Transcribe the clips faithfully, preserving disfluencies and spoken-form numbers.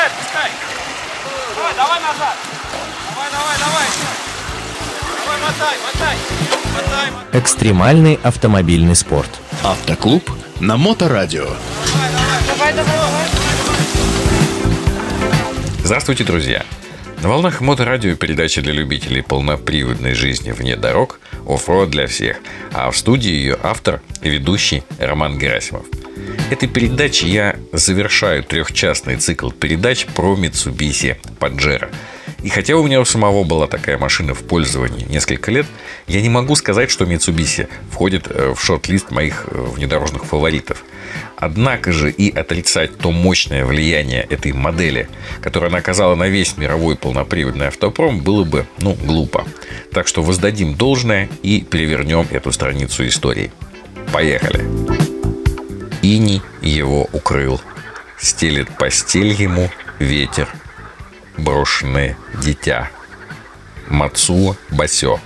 Пускай, пускай. Давай, давай назад. Давай, давай, давай. Давай, мотай, мотай. Мотай, мотай. Экстремальный автомобильный спорт. Автоклуб на Моторадио. Давай, давай. Давай, давай, давай. Здравствуйте, друзья! На волнах Моторадио передача для любителей полноприводной жизни вне дорог, оффроуд для всех. А в студии ее автор и ведущий Роман Герасимов. Этой передачей я завершаю трехчастный цикл передач про Mitsubishi Pajero. И хотя у меня у самого была такая машина в пользовании несколько лет, я не могу сказать, что Mitsubishi входит в шорт-лист моих внедорожных фаворитов. Однако же и отрицать то мощное влияние этой модели, которое она оказала на весь мировой полноприводный автопром, было бы, ну, глупо. Так что воздадим должное и перевернем эту страницу истории. Поехали! Иней его укрыл, стелет постель ему ветер, брошенное дитя. Мацуо Басё.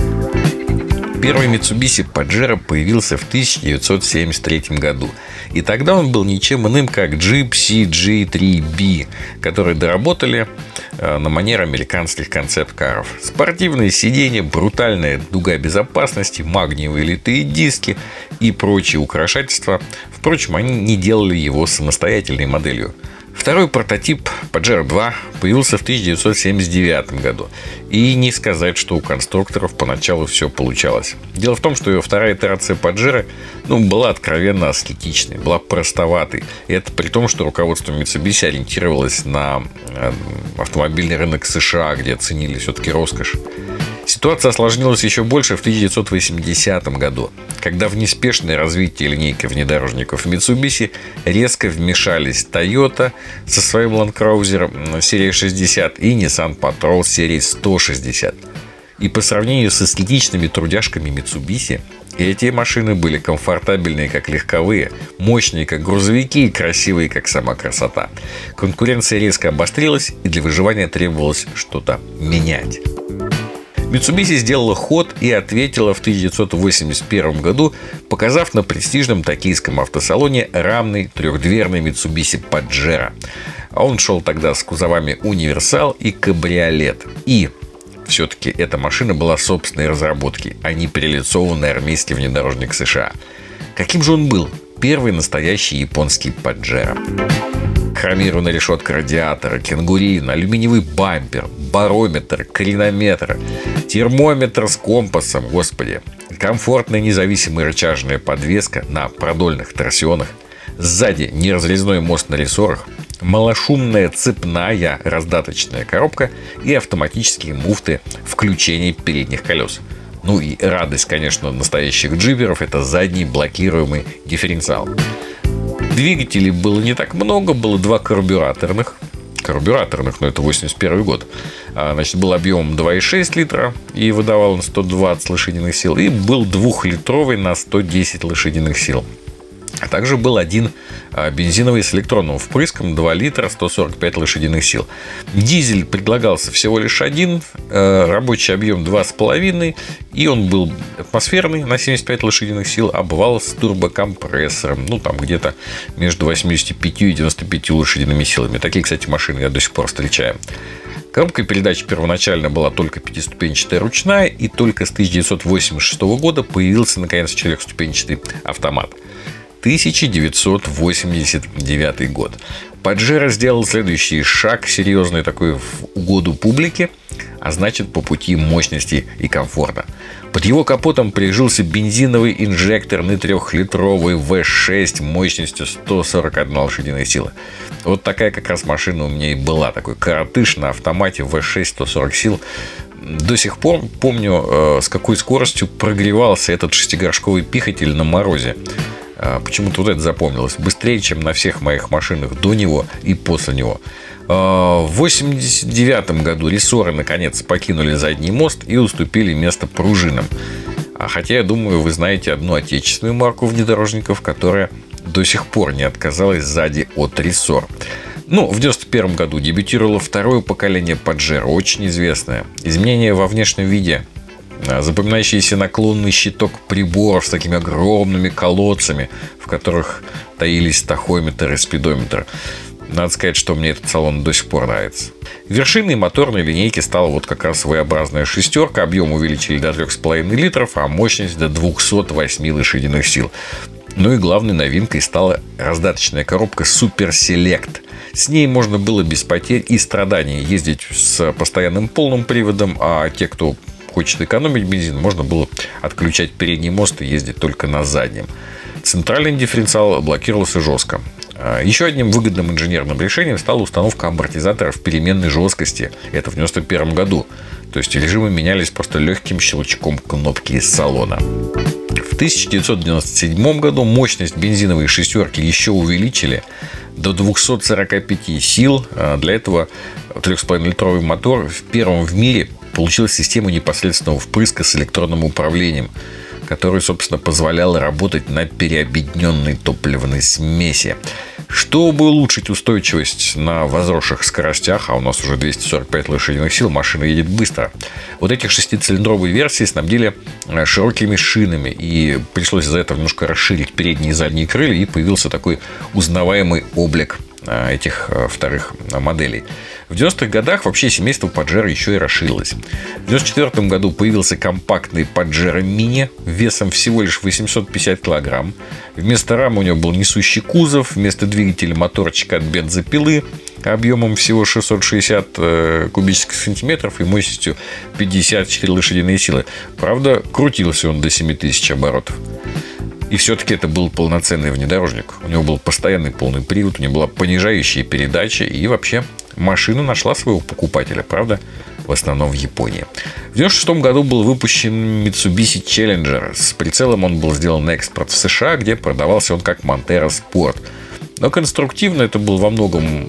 Первый Mitsubishi Pajero появился в тысяча девятьсот семьдесят третьем году. И тогда он был ничем иным, как джип си джи три би, которые доработали на манер американских концепт-каров. Спортивные сиденья, брутальная дуга безопасности, магниевые литые диски и прочие украшательства. Впрочем, они не делали его самостоятельной моделью. Второй прототип Pajero два появился в тысяча девятьсот семьдесят девятом году. И не сказать, что у конструкторов поначалу все получалось. Дело в том, что ее вторая итерация Pajero, ну, была откровенно аскетичной, была простоватой. И это при том, что руководство Mitsubishi ориентировалось на автомобильный рынок США, где ценили все-таки роскошь. Ситуация осложнилась еще больше в тысяча девятьсот восьмидесятом году, когда в неспешное развитие линейки внедорожников Mitsubishi резко вмешались Toyota со своим Land Cruiser серии шестьдесят и Nissan Patrol серии сто шестьдесят. И по сравнению с эстетичными трудяшками Mitsubishi, эти машины были комфортабельные, как легковые, мощные, как грузовики, и красивые, как сама красота. Конкуренция резко обострилась, и для выживания требовалось что-то менять. Mitsubishi сделала ход и ответила в тысяча девятьсот восемьдесят первом году, показав на престижном токийском автосалоне рамный трехдверный Mitsubishi Pajero. Он шел тогда с кузовами универсал и кабриолет. И все-таки эта машина была собственной разработки, а не перелицованный армейский внедорожник США. Каким же он был? Первый настоящий японский Pajero. Хромированная решетка радиатора, кенгурин, алюминиевый бампер, барометр, клинометр, термометр с компасом, господи, комфортная независимая рычажная подвеска на продольных торсионах, сзади неразрезной мост на рессорах, малошумная цепная раздаточная коробка и автоматические муфты включения передних колес. Ну и радость, конечно, настоящих джиперов – это задний блокируемый дифференциал. Двигателей было не так много, было два карбюраторных. Карбюраторных, но это восемьдесят первый год. Значит, был объемом два и шесть литра и выдавал он сто двадцать лошадиных сил. И был двухлитровый на сто десять лошадиных сил. А также был один бензиновый с электронным впрыском, два литра, сто сорок пять лошадиных сил. Дизель предлагался всего лишь один, рабочий объем два с половиной, и он был атмосферный на семьдесят пять лошадиных сил, а бывал с турбокомпрессором, ну там где-то между восемьдесят пять и девяносто пять лошадиными силами. Такие, кстати, машины я до сих пор встречаю. Коробка передач первоначально была только пятиступенчатая ручная, и только с тысяча девятьсот восемьдесят шестого года появился, наконец, четырехступенчатый автомат. тысяча девятьсот восемьдесят девятый год. Pajero сделал следующий шаг, серьезный такой, в угоду публике, а значит, по пути мощности и комфорта. Под его капотом прижился бензиновый инжекторный трехлитровый вэ шесть мощностью сто сорок одна лошадиная сила. Вот такая как раз машина у меня и была, такой коротыш на автомате вэ шесть сто сорок сил. До сих пор помню, с какой скоростью прогревался этот шестигоршковый пихатель на морозе. Почему-то вот это запомнилось. Быстрее, чем на всех моих машинах до него и после него. В восемьдесят девятом году рессоры наконец покинули задний мост и уступили место пружинам. Хотя, я думаю, вы знаете одну отечественную марку внедорожников, которая до сих пор не отказалась сзади от рессор. Ну, в девяносто первом году дебютировало второе поколение Pajero, очень известное. Изменения во внешнем виде, запоминающийся наклонный щиток приборов с такими огромными колодцами, в которых таились тахометр и спидометр. Надо сказать, что мне этот салон до сих пор нравится. Вершиной моторной линейки стала вот как раз своеобразная шестерка. Объем увеличили до трех с половиной литров, а мощность до двухсот восьми лошадиных сил. Ну и главной новинкой стала раздаточная коробка Super Select. С ней можно было без потерь и страданий ездить с постоянным полным приводом, а те, кто хочет экономить бензин, можно было отключать передний мост и ездить только на заднем. Центральный дифференциал блокировался жестко. Еще одним выгодным инженерным решением стала установка амортизаторов переменной жесткости. Это в девяносто первом году. То есть режимы менялись просто легким щелчком кнопки из салона. В тысяча девятьсот девяносто седьмом году мощность бензиновой шестерки еще увеличили до двухсот сорока пяти сил. Для этого три с половиной литровый мотор в первом в мире получил систему непосредственного впрыска с электронным управлением, которая, собственно, позволяла работать на переобъединенной топливной смеси. Чтобы улучшить устойчивость на возросших скоростях, а у нас уже двести сорок пять лошадиных сил, машина едет быстро, вот этих шестицилиндровые версии снабдили широкими шинами, и пришлось из-за этого немножко расширить передние и задние крылья, и появился такой узнаваемый облик этих вторых моделей. В девяностых годах вообще семейство Паджеро еще и расширилось. В девяносто четвёртом году появился компактный Паджеро Мини весом всего лишь восемьсот пятьдесят килограмм. Вместо рамы у него был несущий кузов, вместо двигателя моторчик от бензопилы объемом всего шестьсот шестьдесят кубических сантиметров и мощностью пятьдесят четыре лошадиные силы. Правда, крутился он до семи тысяч оборотов. И все-таки это был полноценный внедорожник. У него был постоянный полный привод, у него была понижающая передача, и вообще машина нашла своего покупателя, правда, в основном в Японии. В девяносто шестом году был выпущен Mitsubishi Challenger. С прицелом он был сделан на экспорт в США, где продавался он как Montero Sport. Но конструктивно это был во многом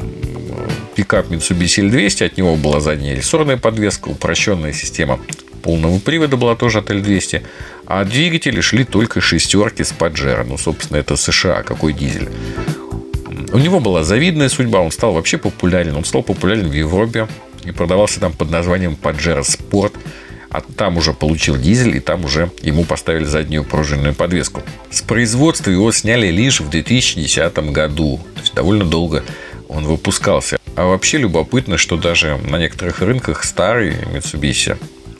пикап Mitsubishi эль двести. От него была задняя рессорная подвеска, упрощенная система полного привода была тоже от эль двести. А двигатели шли только шестерки с Паджеро. Ну, собственно, это США. Какой дизель? У него была завидная судьба. Он стал вообще популярен. Он стал популярен в Европе и продавался там под названием Паджеро Спорт. А там уже получил дизель, и там уже ему поставили заднюю пружинную подвеску. С производства его сняли лишь в две тысячи десятом году. То есть довольно долго он выпускался. А вообще любопытно, что даже на некоторых рынках старый Mitsubishi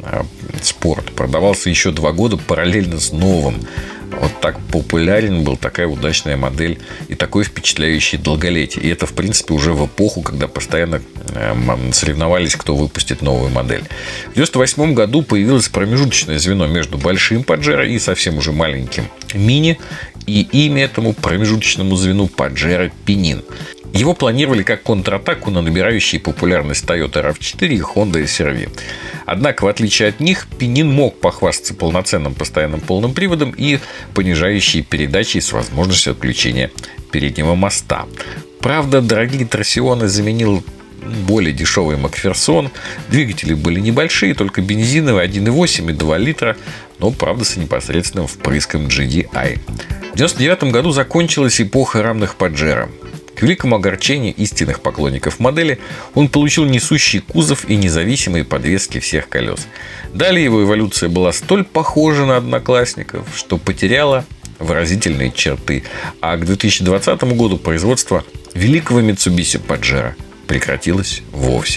Спорт продавался еще два года параллельно с новым. Вот так популярен был, такая удачная модель и такое впечатляющее долголетие. И это, в принципе, уже в эпоху, когда постоянно соревновались, кто выпустит новую модель. В девяносто восьмом году появилось промежуточное звено между большим Паджеро и совсем уже маленьким Мини. И имя этому промежуточному звену Паджеро Пенин. Его планировали как контратаку на набирающие популярность Toyota рав четыре и Honda эс эр ви. Однако, в отличие от них, Пенин мог похвастаться полноценным постоянным полным приводом и понижающей передачей с возможностью отключения переднего моста. Правда, дорогие торсионы заменил более дешевый Макферсон. Двигатели были небольшие, только бензиновые один и восемь и два литра, но, правда, с непосредственным впрыском джи ди ай. В девяносто девятом году закончилась эпоха рамных Паджеро. К великому огорчению истинных поклонников модели он получил несущий кузов и независимые подвески всех колес. Далее его эволюция была столь похожа на одноклассников, что потеряла выразительные черты. А к две тысячи двадцатому году производство великого Mitsubishi Паджеро прекратилось вовсе.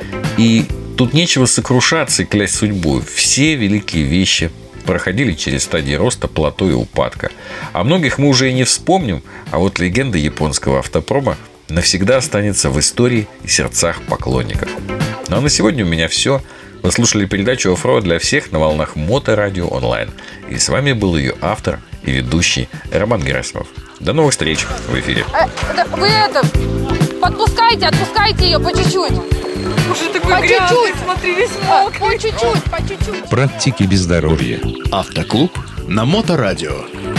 И тут нечего сокрушаться и клясть судьбу. Все великие вещи проходили через стадии роста, плато и упадка. О многих мы уже и не вспомним, а вот легенда японского автопрома навсегда останется в истории и сердцах поклонников. Ну а на сегодня у меня все. Вы слушали передачу «Оффроуд для всех» на волнах Моторадио онлайн. И с вами был ее автор и ведущий Роман Герасимов. До новых встреч в эфире. Э, вы это, подпускайте, отпускайте ее по чуть-чуть. Уже такой По грязный, чуть-чуть. смотри, весь По мокрый. чуть-чуть, по чуть-чуть. Практики без здоровья. Автоклуб на Моторадио.